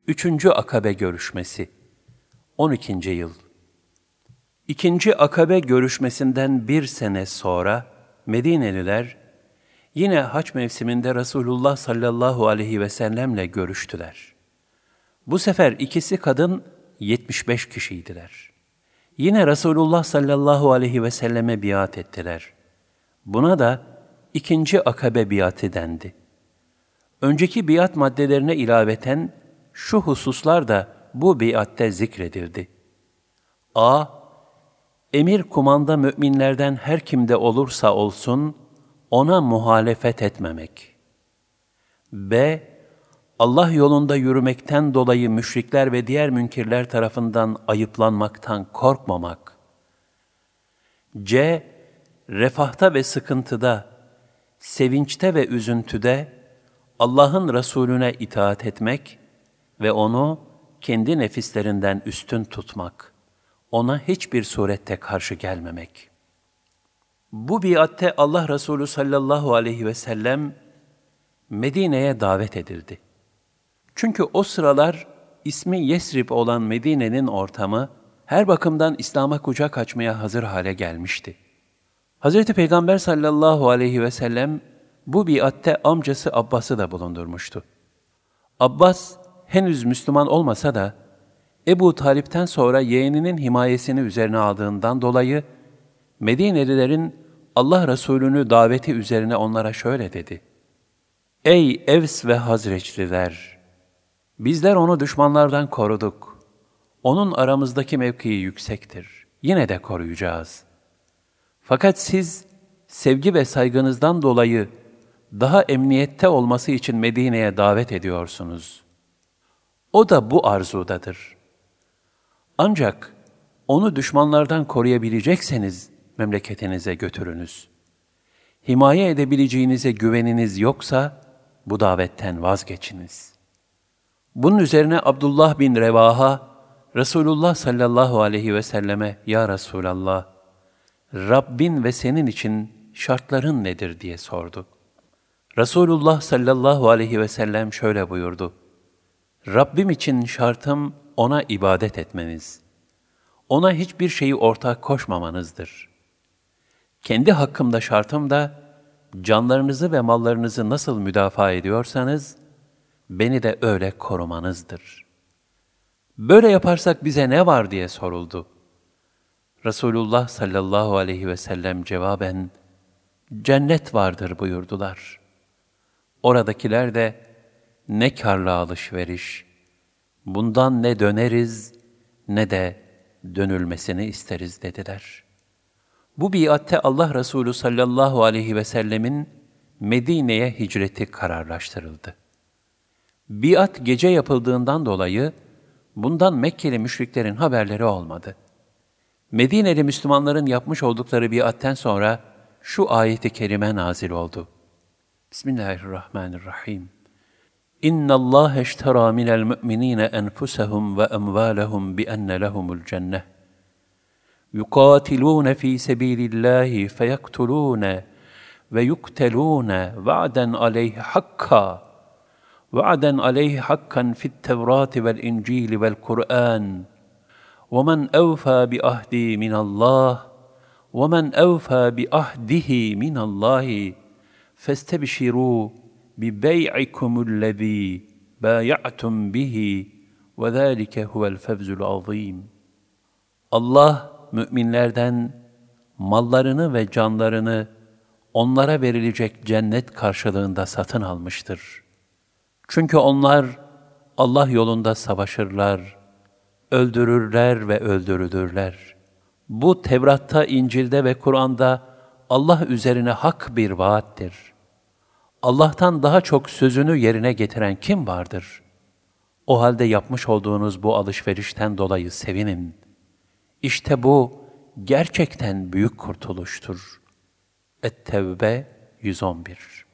3. Akabe görüşmesi 12. yıl. 2. Akabe görüşmesinden bir sene sonra Medineliler yine hac mevsiminde Resulullah sallallahu aleyhi ve sellemle görüştüler. Bu sefer ikisi kadın 75 kişiydiler. Yine Resulullah sallallahu aleyhi ve selleme biat ettiler. Buna da 2. Akabe biatı dendi. Önceki biat maddelerine ilaveten şu hususlar da bu biatte zikredildi. A. Emir kumanda müminlerden her kimde olursa olsun, ona muhalefet etmemek. B. Allah yolunda yürümekten dolayı müşrikler ve diğer münkirler tarafından ayıplanmaktan korkmamak. C. Refahta ve sıkıntıda, sevinçte ve üzüntüde Allah'ın Resulüne itaat etmek ve onu kendi nefislerinden üstün tutmak, ona hiçbir surette karşı gelmemek. Bu biatte Allah Resulü sallallahu aleyhi ve sellem Medine'ye davet edildi. Çünkü o sıralar ismi Yesrib olan Medine'nin ortamı her bakımdan İslam'a kucak açmaya hazır hale gelmişti. Hz. Peygamber sallallahu aleyhi ve sellem bu biatte amcası Abbas'ı da bulundurmuştu. Abbas henüz Müslüman olmasa da Ebu Talip'ten sonra yeğeninin himayesini üzerine aldığından dolayı Medinelilerin Allah Resulü'nü daveti üzerine onlara şöyle dedi: Ey Evs ve Hazreçliler! Bizler onu düşmanlardan koruduk. Onun aramızdaki mevkii yüksektir. Yine de koruyacağız. Fakat siz sevgi ve saygınızdan dolayı daha emniyette olması için Medine'ye davet ediyorsunuz. O da bu arzudadır. Ancak onu düşmanlardan koruyabilecekseniz memleketinize götürünüz. Himaye edebileceğinize güveniniz yoksa bu davetten vazgeçiniz. Bunun üzerine Abdullah bin Revaha, Resulullah sallallahu aleyhi ve selleme, Ya Resulallah, Rabbin ve senin için şartların nedir diye sordu. Resulullah sallallahu aleyhi ve sellem şöyle buyurdu: Rabbim için şartım ona ibadet etmeniz, ona hiçbir şeyi ortak koşmamanızdır. Kendi hakkımda şartım da, canlarınızı ve mallarınızı nasıl müdafaa ediyorsanız, beni de öyle korumanızdır. Böyle yaparsak bize ne var diye soruldu. Resulullah sallallahu aleyhi ve sellem cevaben, cennet vardır buyurdular. Oradakiler de, ne kârlı alışveriş, bundan ne döneriz ne de dönülmesini isteriz dediler. Bu biatte Allah Resulü sallallahu aleyhi ve sellemin Medine'ye hicreti kararlaştırıldı. Biat gece yapıldığından dolayı bundan Mekkeli müşriklerin haberleri olmadı. Medineli Müslümanların yapmış oldukları biatten sonra şu ayet-i kerime nazil oldu. Bismillahirrahmanirrahim. İnna Allah eştera minel mu'minîne enfusahum ve emvâlehum bi enne lehumul cenneh. Yuqatilûne fî sebîlillâhi feyaktulûne ve yuktelûne va'den aleyhi hakka. Va'den aleyhi hakkan fit tevrâti vel incîli vel Kur'ân. وَمَنْ أَوْفَى بِأَهْدِي مِنَ اللّٰهِ وَمَنْ أَوْفَى بِأَهْدِهِ مِنَ اللّٰهِ فَاسْتَبْشِرُوا بِبَيْعِكُمُ الَّذ۪ي بَايَعْتُمْ بِهِ وَذَٰلِكَ هُوَ الْفَوْزُ الْعَظ۪يمُ. Allah müminlerden mallarını ve canlarını onlara verilecek cennet karşılığında satın almıştır. Çünkü onlar Allah yolunda savaşırlar, öldürürler ve öldürülürler. Bu Tevrat'ta, İncil'de ve Kur'an'da Allah üzerine hak bir vaattir. Allah'tan daha çok sözünü yerine getiren kim vardır? O halde yapmış olduğunuz bu alışverişten dolayı sevinin. İşte bu gerçekten büyük kurtuluştur. Et-Tevbe 111.